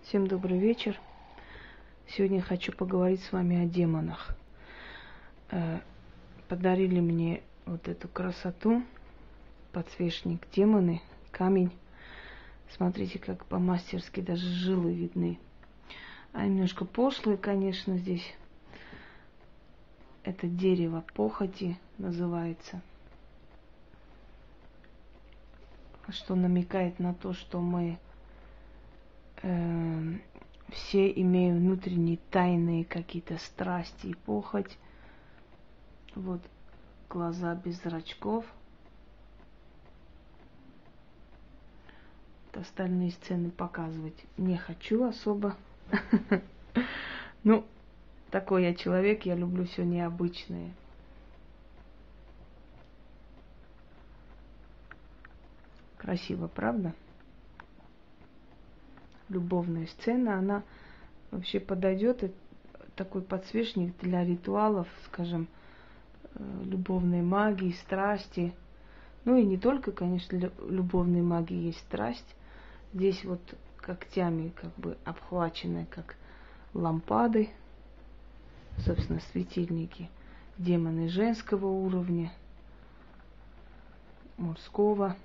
Всем добрый вечер. Сегодня хочу поговорить с вами о демонах. Подарили мне вот эту красоту, подсвечник демоны, камень. Смотрите, как по-мастерски даже жилы видны. А немножко пошлые, конечно, здесь. Это дерево похоти называется. Что намекает на то, что мы все имеем внутренние тайные какие-то страсти и похоть. Вот глаза без зрачков. Вот остальные сцены показывать не хочу особо. Ну, такой я человек, я люблю все необычное. Красиво, правда? Любовная сцена, она вообще подойдет, такой подсвечник для ритуалов, скажем, любовной магии, страсти. Ну и не только, конечно, для любовной магии есть страсть. Здесь вот когтями как бы обхвачены, как лампады, собственно, светильники. Демоны женского уровня, мужского.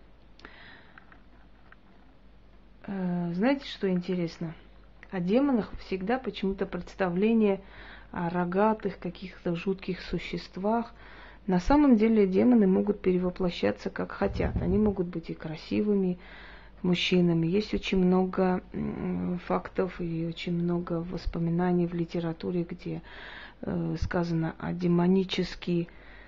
Знаете, что интересно? О демонах всегда почему-то представление о рогатых, каких-то жутких существах. На самом деле демоны могут перевоплощаться как хотят. Они могут быть и красивыми мужчинами. Есть очень много фактов и очень много воспоминаний в литературе, где сказано о демонических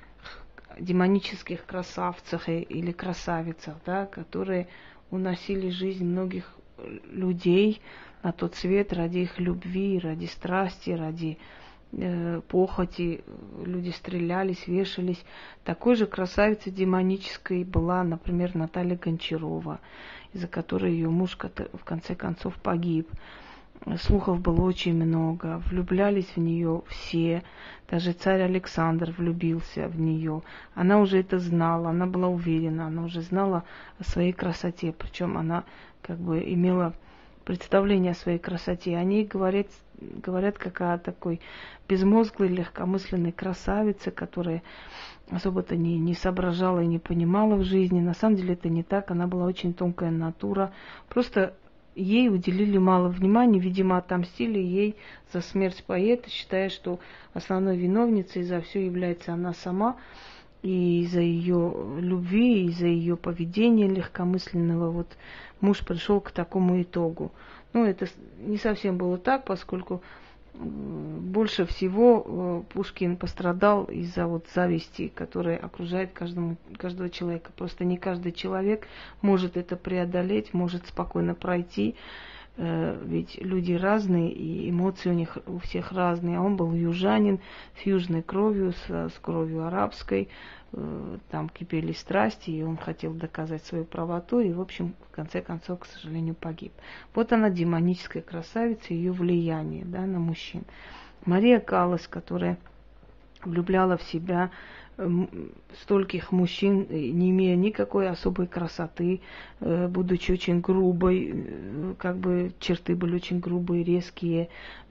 красавцах или красавицах, да, которые уносили жизнь многих людей на тот свет ради их любви, ради страсти, ради похоти. Люди стрелялись, вешались. Такой же красавицей демонической была, например, Наталья Гончарова, из-за которой ее муж в конце концов погиб. Слухов было очень много, влюблялись в нее все, даже царь Александр влюбился в нее. Она уже это знала, она была уверена, она уже знала о своей красоте, причем она как бы имела представление о своей красоте. О ней говорят как о такой безмозглой, легкомысленной красавице, которая особо-то не соображала и не понимала в жизни. На самом деле это не так, она была очень тонкая натура, просто ей уделили мало внимания, видимо, отомстили ей за смерть поэта, считая, что основной виновницей за все является она сама, и из-за ее любви, из-за ее поведения легкомысленного вот муж пришел к такому итогу. Но это не совсем было так, поскольку больше всего Пушкин пострадал из-за вот зависти, которая окружает каждого человека. Просто не каждый человек может это преодолеть, может спокойно пройти. Ведь люди разные, и эмоции у них у всех разные. А он был южанин, с южной кровью, с кровью арабской. Там кипели страсти, и он хотел доказать свою правоту, и, в общем, в конце концов, к сожалению, погиб. Вот она, демоническая красавица, ее влияние, да, на мужчин. Мария Каллас, которая влюбляла в себя стольких мужчин, не имея никакой особой красоты, будучи очень грубой, как бы черты были очень грубые, резкие.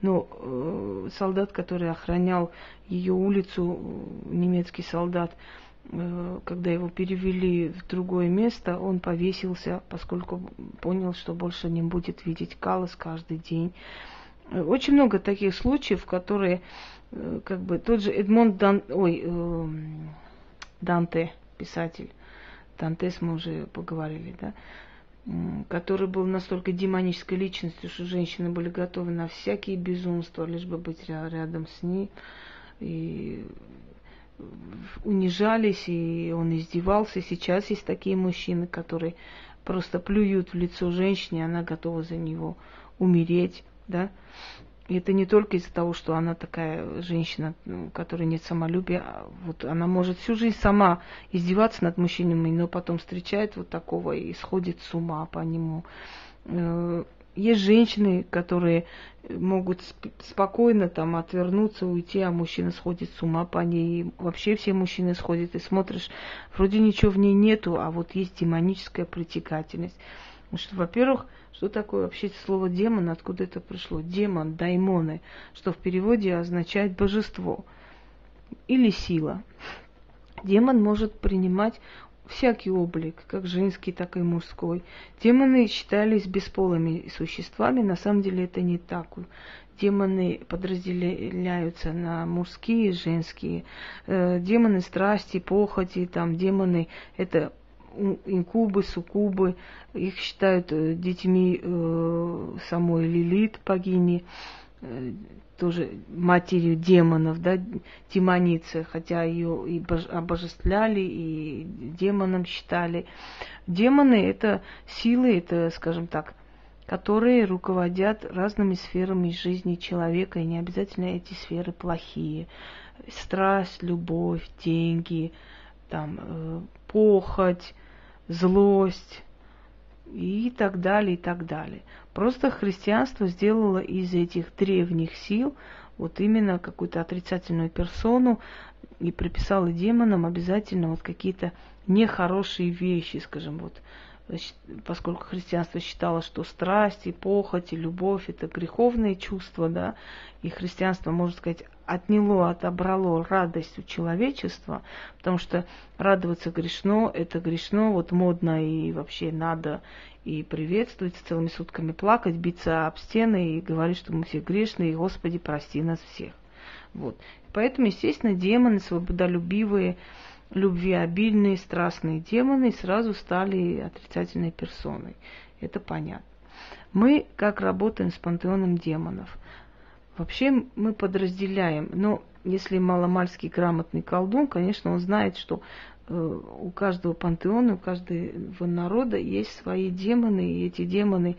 Но солдат, который охранял ее улицу, немецкий солдат, когда его перевели в другое место, он повесился, поскольку понял, что больше не будет видеть Каллас каждый день. Очень много таких случаев, которые как бы тот же Данте, писатель, Дантес мы уже поговорили, да, который был настолько демонической личностью, что женщины были готовы на всякие безумства, лишь бы быть рядом с ней, и унижались, и он издевался. Сейчас есть такие мужчины, которые просто плюют в лицо женщине, она готова за него умереть, да. И это не только из-за того, что она такая женщина, у которой нет самолюбия. Вот она может всю жизнь сама издеваться над мужчинами, но потом встречает вот такого и сходит с ума по нему. Есть женщины, которые могут спокойно там отвернуться, уйти, а мужчина сходит с ума по ней. И вообще все мужчины сходят, и смотришь, вроде ничего в ней нету, а вот есть демоническая притягательность. Потому что, во-первых, что такое вообще слово демон, откуда это пришло? Демон, даймоны, что в переводе означает божество или сила. Демон может принимать всякий облик, как женский, так и мужской. Демоны считались бесполыми существами, на самом деле это не так. Демоны подразделяются на мужские и женские. Демоны страсти, похоти, там демоны это инкубы, суккубы, их считают детьми самой Лилит, богини, тоже матерью демонов, да, демоница, хотя ее и обожествляли, и демоном считали. Демоны – это силы, это, скажем так, которые руководят разными сферами жизни человека, и не обязательно эти сферы плохие. Страсть, любовь, деньги, там, похоть, злость и так далее, и так далее. Просто христианство сделало из этих древних сил вот именно какую-то отрицательную персону и приписало демонам обязательно вот какие-то нехорошие вещи, скажем, вот, поскольку христианство считало, что страсть и похоть и любовь – это греховные чувства, да, и христианство, можно сказать, отняло, отобрало радость у человечества, потому что радоваться грешно, это грешно, вот модно и вообще надо и приветствовать, целыми сутками плакать, биться об стены и говорить, что мы все грешные, и Господи, прости нас всех. Вот. Поэтому, естественно, демоны, свободолюбивые, любвеобильные, страстные демоны сразу стали отрицательной персоной. Это понятно. Мы как работаем с пантеоном демонов? Вообще мы подразделяем, но если маломальский грамотный колдун, конечно, он знает, что у каждого пантеона, у каждого народа есть свои демоны, и эти демоны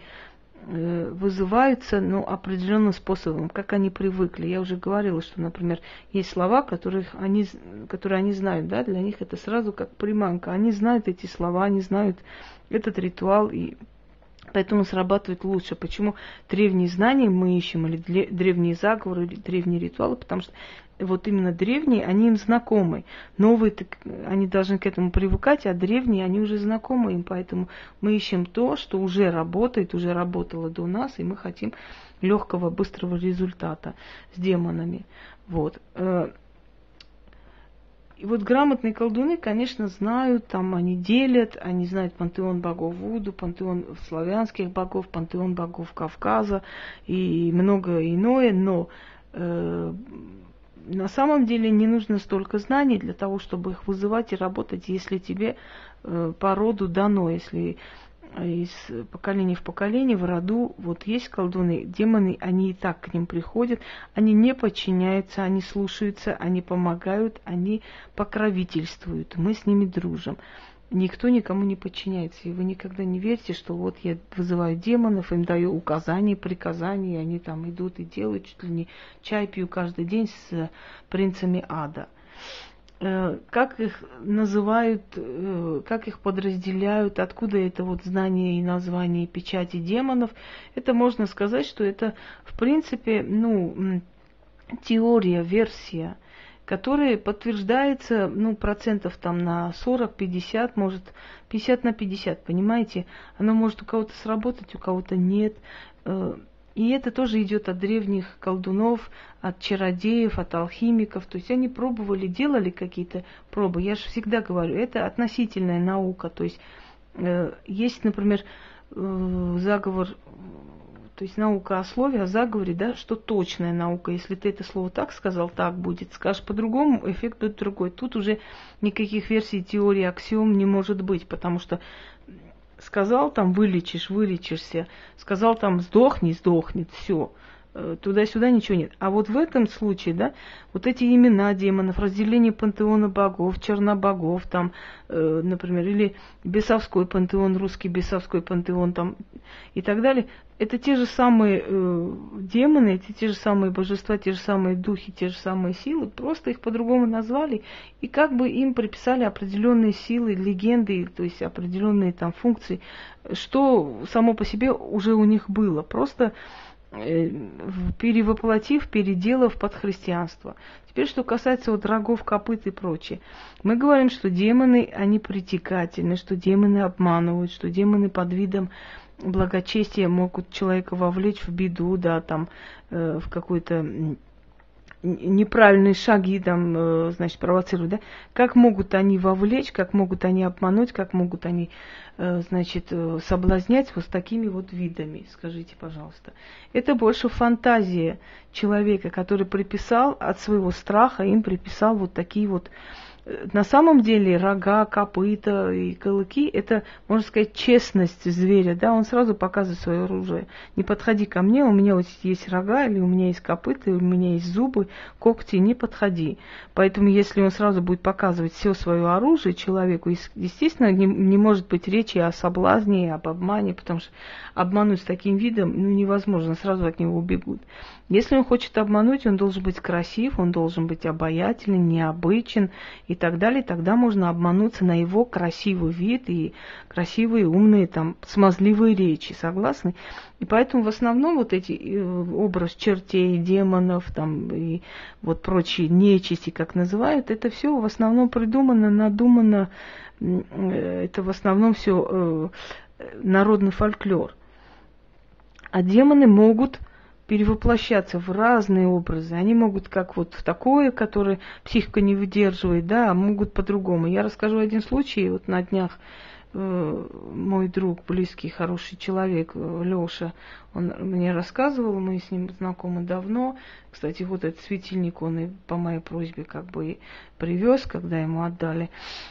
вызываются, ну, определенным способом, как они привыкли. Я уже говорила, что, например, есть слова, которые они знают, да, для них это сразу как приманка. Они знают эти слова, они знают этот ритуал, и поэтому срабатывает лучше. Почему древние знания мы ищем, или древние заговоры, или древние ритуалы? Потому что вот именно древние, они им знакомы. Новые, так, они должны к этому привыкать, а древние, они уже знакомы им. Поэтому мы ищем то, что уже работает, уже работало до нас, и мы хотим легкого, быстрого результата с демонами. Вот. И вот грамотные колдуны, конечно, знают, там они делят, они знают пантеон богов Вуду, пантеон славянских богов, пантеон богов Кавказа и многое иное, но на самом деле не нужно столько знаний для того, чтобы их вызывать и работать, если тебе по роду дано, если из поколения в поколение, в роду, вот есть колдуны, демоны, они и так к ним приходят, они не подчиняются, они слушаются, они помогают, они покровительствуют, мы с ними дружим. Никто никому не подчиняется, и вы никогда не верьте, что вот я вызываю демонов, им даю указания, приказания, и они там идут и делают, чуть ли не чай пью каждый день с принцами ада. Как их называют, как их подразделяют, откуда это вот знание и название печати демонов, это можно сказать, что это в принципе, ну, теория, версия, которая подтверждается, ну, процентов там на 40-50, может 50 на 50, понимаете? Оно может у кого-то сработать, у кого-то нет. И это тоже идет от древних колдунов, от чародеев, от алхимиков. То есть они пробовали, делали какие-то пробы. Я же всегда говорю, это относительная наука. То есть есть, например, заговор, то есть наука о слове, о заговоре, да, что точная наука. Если ты это слово так сказал, так будет. Скажешь по-другому, эффект будет другой. Тут уже никаких версий, теории, аксиом не может быть, потому что сказал там вылечишь, вылечишься, сказал там сдохни, сдохнет, все. Туда-сюда ничего нет. А вот в этом случае, да, вот эти имена демонов, разделение пантеона богов, чернобогов, там, например, или бесовской пантеон, русский бесовской пантеон, там, и так далее, это те же самые демоны, это те же самые божества, те же самые духи, те же самые силы, просто их по-другому назвали, и как бы им приписали определенные силы, легенды, то есть определенные там функции, что само по себе уже у них было, просто перевоплотив, переделав под христианство. Теперь, что касается вот рогов, копыт и прочее. Мы говорим, что демоны, они притекательны, что демоны обманывают, что демоны под видом благочестия могут человека вовлечь в беду, да, там, в какой-то неправильные шаги там, значит, провоцируют, да, как могут они вовлечь, как могут они обмануть, как могут они, значит, соблазнять вот с такими вот видами, скажите, пожалуйста. Это больше фантазия человека, который приписал от своего страха, им приписал вот такие вот. На самом деле рога, копыта и клыки – это, можно сказать, честность зверя, да, он сразу показывает свое оружие. Не подходи ко мне, у меня вот есть рога, или у меня есть копыта, или у меня есть зубы, когти, не подходи. Поэтому, если он сразу будет показывать все свое оружие человеку, естественно, не может быть речи о соблазне, об обмане, потому что обмануть с таким видом невозможно, сразу от него убегут. Если он хочет обмануть, он должен быть красив, он должен быть обаятелен, необычен и так далее. Тогда можно обмануться на его красивый вид и красивые, умные, там, смазливые речи. Согласны? И поэтому в основном вот эти образ чертей, демонов, там, и вот прочие нечисти, как называют, это все в основном придумано, надумано, это в основном все народный фольклор. А демоны могут перевоплощаться в разные образы. Они могут как вот в такое, которое психика не выдерживает, да, а могут по-другому. Я расскажу один случай. Вот на днях мой друг, близкий, хороший человек, Леша, он мне рассказывал, мы с ним знакомы давно. Кстати, вот этот светильник он и по моей просьбе как бы и привез, когда ему отдали.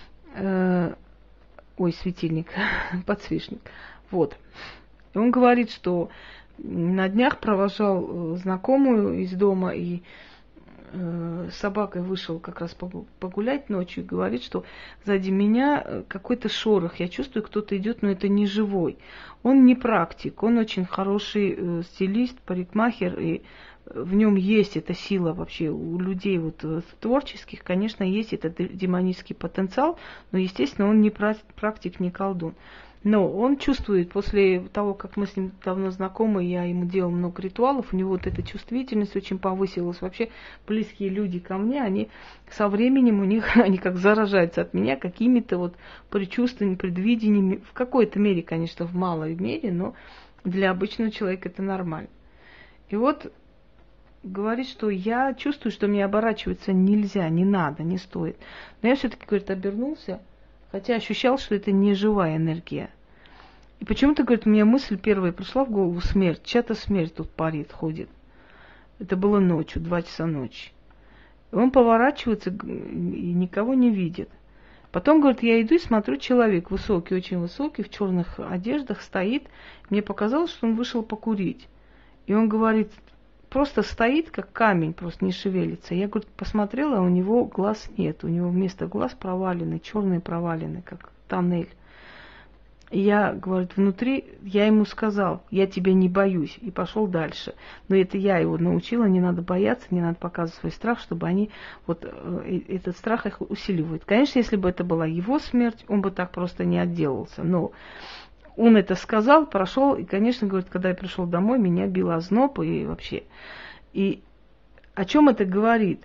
Ой, светильник, подсвечник. Вот. И он говорит, что на днях провожал знакомую из дома и с собакой вышел как раз погулять ночью и говорит, что сзади меня какой-то шорох. Я чувствую, кто-то идет, но это не живой. Он не практик, он очень хороший стилист, парикмахер, и в нем есть эта сила вообще. У людей вот творческих, конечно, есть этот демонический потенциал, но, естественно, он не практик, не колдун. Но он чувствует, после того, как мы с ним давно знакомы, я ему делал много ритуалов, у него вот эта чувствительность очень повысилась. Вообще близкие люди ко мне, они со временем у них, они как заражаются от меня какими-то вот предчувствиями, предвидениями. В какой-то мере, конечно, в малой мере, но для обычного человека это нормально. И вот говорит, что я чувствую, что мне оборачиваться нельзя, не надо, не стоит. Но я все-таки, говорит, обернулся, хотя ощущал, что это не живая энергия. И почему-то, говорит, у меня мысль первая пришла в голову: смерть. Чья-то смерть тут парит, ходит. Это было ночью, 2 часа ночи. И он поворачивается и никого не видит. Потом, говорит, я иду и смотрю, человек высокий, очень высокий, в черных одеждах стоит. Мне показалось, что он вышел покурить. И он говорит, просто стоит, как камень, просто не шевелится. Я, говорит, посмотрела, а у него глаз нет. У него вместо глаз провалены, черные провалены, как тоннель. И я, говорит, внутри, я ему сказал, я тебя не боюсь, и пошел дальше. Но это я его научила, не надо бояться, не надо показывать свой страх, чтобы они, вот этот страх их усиливает. Конечно, если бы это была его смерть, он бы так просто не отделался. Но он это сказал, прошел, и, конечно, говорит, когда я пришел домой, меня бил озноб и вообще. И о чем это говорит?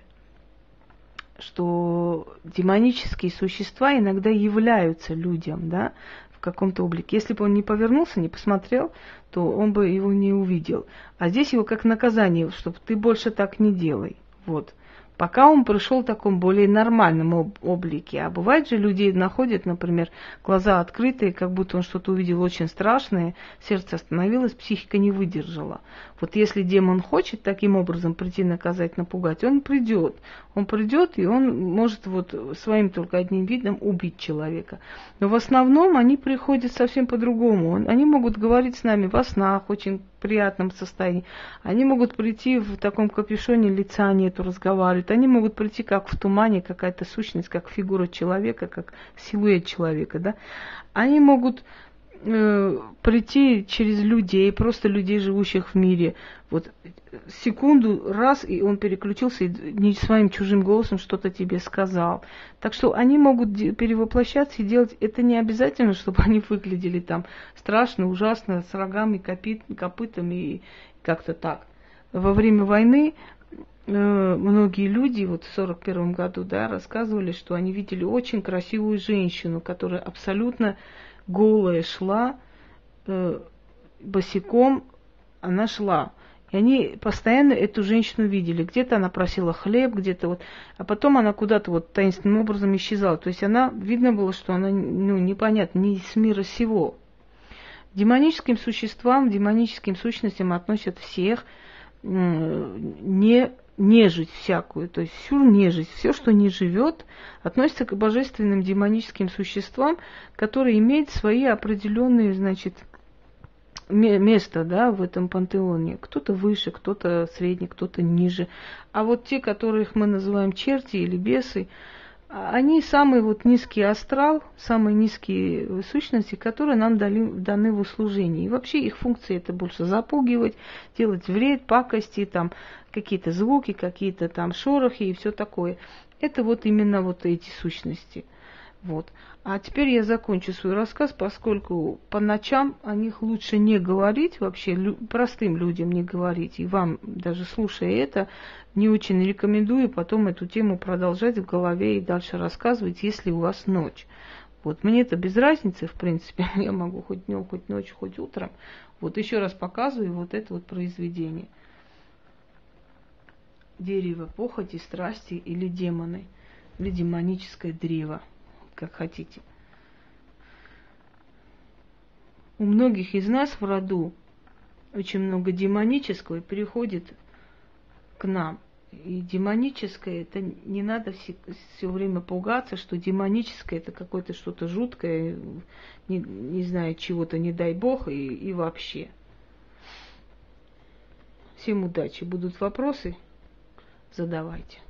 Что демонические существа иногда являются людям, да, в каком-то облике. Если бы он не повернулся, не посмотрел, то он бы его не увидел. А здесь его как наказание, чтобы ты больше так не делай. Вот. Пока он пришел в таком более нормальном облике. А бывает же, людей находят, например, глаза открытые, как будто он что-то увидел очень страшное, сердце остановилось, психика не выдержала. Вот если демон хочет таким образом прийти, наказать, напугать, он придет. Он придет, и он может вот своим только одним видом убить человека. Но в основном они приходят совсем по-другому. Они могут говорить с нами во снах, очень приятном состоянии. Они могут прийти в таком капюшоне, лица нету, разговаривают. Они могут прийти как в тумане, какая-то сущность, как фигура человека, как силуэт человека, да. Они могут прийти через людей, просто людей, живущих в мире. Вот секунду, раз, и он переключился, и не своим чужим голосом что-то тебе сказал. Так что они могут перевоплощаться и делать, это не обязательно, чтобы они выглядели там страшно, ужасно, с рогами, копытами и как-то так. Во время войны многие люди, вот в 1941 году, да, рассказывали, что они видели очень красивую женщину, которая абсолютно голая шла босиком она шла. И они постоянно эту женщину видели. Где-то она просила хлеб, где-то вот. А потом она куда-то вот таинственным образом исчезала. То есть она, видно было, что она, непонятно, не с мира сего. Демоническим существам, демоническим сущностям относят всех, не нежить всякую, то есть всю нежить, все, что не живет, относится к божественным демоническим существам, которые имеют свои определенные, значит, место, да, в этом пантеоне. Кто-то выше, кто-то средний, кто-то ниже. А вот те, которых мы называем черти или бесы, они самый вот низкий астрал, самые низкие сущности, которые нам даны в услужении. И вообще их функция это больше запугивать, делать вред, пакости, там какие-то звуки, какие-то там шорохи и все такое. Это вот именно вот эти сущности. Вот. А теперь я закончу свой рассказ, поскольку по ночам о них лучше не говорить, вообще простым людям не говорить. И вам, даже слушая это, не очень рекомендую потом эту тему продолжать в голове и дальше рассказывать, если у вас ночь. Вот. Мне это без разницы, в принципе. Я могу хоть днем, хоть ночью, хоть утром. Вот еще раз показываю вот это вот произведение. Дерево похоти, страсти или демоны. Или демоническое древо. Как хотите. У многих из нас в роду очень много демонического и переходит к нам. И демоническое, это не надо все время пугаться, что демоническое это какое-то что-то жуткое, не знаю, чего-то, не дай бог, и вообще. Всем удачи. Будут вопросы? Задавайте.